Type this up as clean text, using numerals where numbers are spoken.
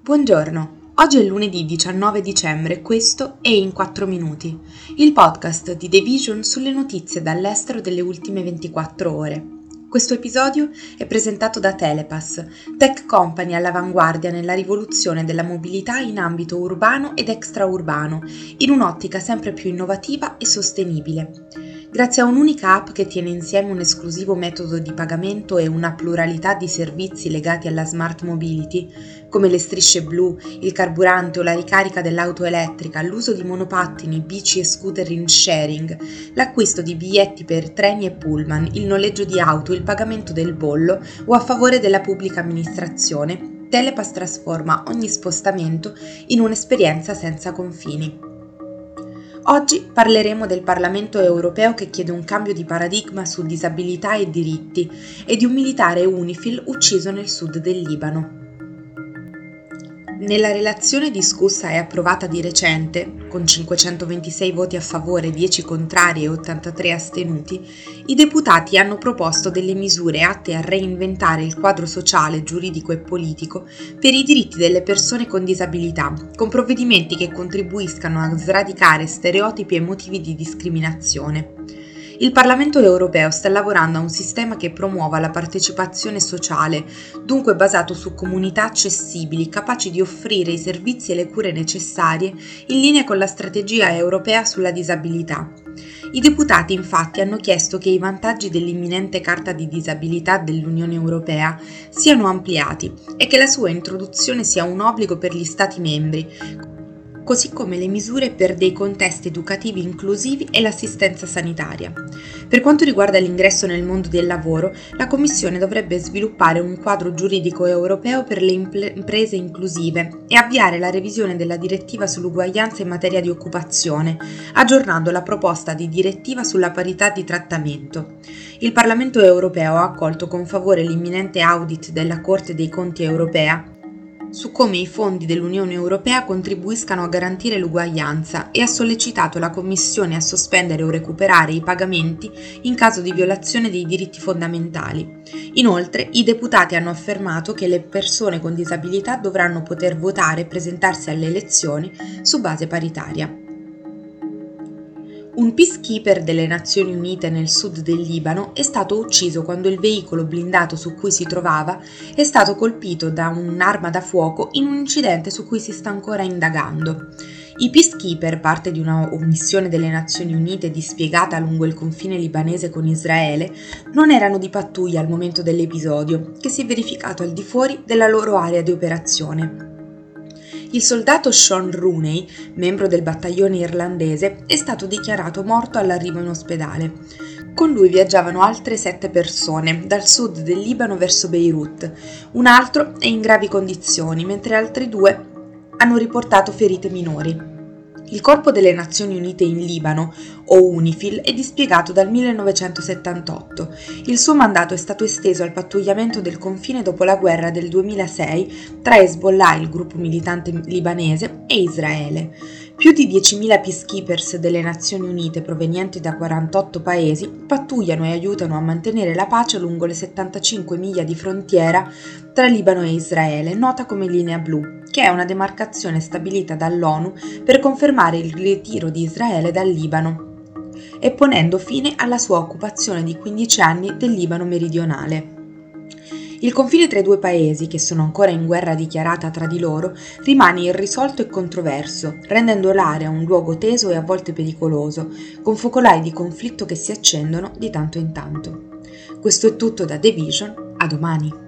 Buongiorno, oggi è lunedì 19 dicembre e questo è In 4 Minuti, il podcast di The Vision sulle notizie dall'estero delle ultime 24 ore. Questo episodio è presentato da Telepass, tech company all'avanguardia nella rivoluzione della mobilità in ambito urbano ed extraurbano, in un'ottica sempre più innovativa e sostenibile. Grazie a un'unica app che tiene insieme un esclusivo metodo di pagamento e una pluralità di servizi legati alla smart mobility, come le strisce blu, il carburante o la ricarica dell'auto elettrica, l'uso di monopattini, bici e scooter in sharing, l'acquisto di biglietti per treni e pullman, il noleggio di auto, il pagamento del bollo o a favore della pubblica amministrazione, Telepass trasforma ogni spostamento in un'esperienza senza confini. Oggi parleremo del Parlamento europeo che chiede un cambio di paradigma su disabilità e diritti e di un militare UNIFIL ucciso nel sud del Libano. Nella relazione discussa e approvata di recente, con 526 voti a favore, 10 contrari e 83 astenuti, i deputati hanno proposto delle misure atte a reinventare il quadro sociale, giuridico e politico per i diritti delle persone con disabilità, con provvedimenti che contribuiscano a sradicare stereotipi e motivi di discriminazione. Il Parlamento europeo sta lavorando a un sistema che promuova la partecipazione sociale, dunque basato su comunità accessibili, capaci di offrire i servizi e le cure necessarie in linea con la strategia europea sulla disabilità. I deputati infatti hanno chiesto che i vantaggi dell'imminente Carta di disabilità dell'Unione Europea siano ampliati e che la sua introduzione sia un obbligo per gli Stati membri, così come le misure per dei contesti educativi inclusivi e l'assistenza sanitaria. Per quanto riguarda l'ingresso nel mondo del lavoro, la Commissione dovrebbe sviluppare un quadro giuridico europeo per le imprese inclusive e avviare la revisione della direttiva sull'uguaglianza in materia di occupazione, aggiornando la proposta di direttiva sulla parità di trattamento. Il Parlamento europeo ha accolto con favore l'imminente audit della Corte dei Conti europea su come i fondi dell'Unione Europea contribuiscano a garantire l'uguaglianza e ha sollecitato la Commissione a sospendere o recuperare i pagamenti in caso di violazione dei diritti fondamentali. Inoltre, i deputati hanno affermato che le persone con disabilità dovranno poter votare e presentarsi alle elezioni su base paritaria. Un peacekeeper delle Nazioni Unite nel sud del Libano è stato ucciso quando il veicolo blindato su cui si trovava è stato colpito da un'arma da fuoco in un incidente su cui si sta ancora indagando. I peacekeeper, parte di una missione delle Nazioni Unite dispiegata lungo il confine libanese con Israele, non erano di pattuglia al momento dell'episodio, che si è verificato al di fuori della loro area di operazione. Il soldato Sean Rooney, membro del battaglione irlandese, è stato dichiarato morto all'arrivo in ospedale. Con lui viaggiavano altre 7 persone, dal sud del Libano verso Beirut. Un altro è in gravi condizioni, mentre altri 2 hanno riportato ferite minori. Il Corpo delle Nazioni Unite in Libano, o UNIFIL, è dispiegato dal 1978. Il suo mandato è stato esteso al pattugliamento del confine dopo la guerra del 2006 tra Hezbollah, il gruppo militante libanese, e Israele. Più di 10.000 peacekeepers delle Nazioni Unite provenienti da 48 paesi pattugliano e aiutano a mantenere la pace lungo le 75 miglia di frontiera tra Libano e Israele, nota come Linea Blu, che è una demarcazione stabilita dall'ONU per confermare il ritiro di Israele dal Libano e ponendo fine alla sua occupazione di 15 anni del Libano meridionale. Il confine tra i due paesi, che sono ancora in guerra dichiarata tra di loro, rimane irrisolto e controverso, rendendo l'area un luogo teso e a volte pericoloso, con focolai di conflitto che si accendono di tanto in tanto. Questo è tutto da The Vision, a domani!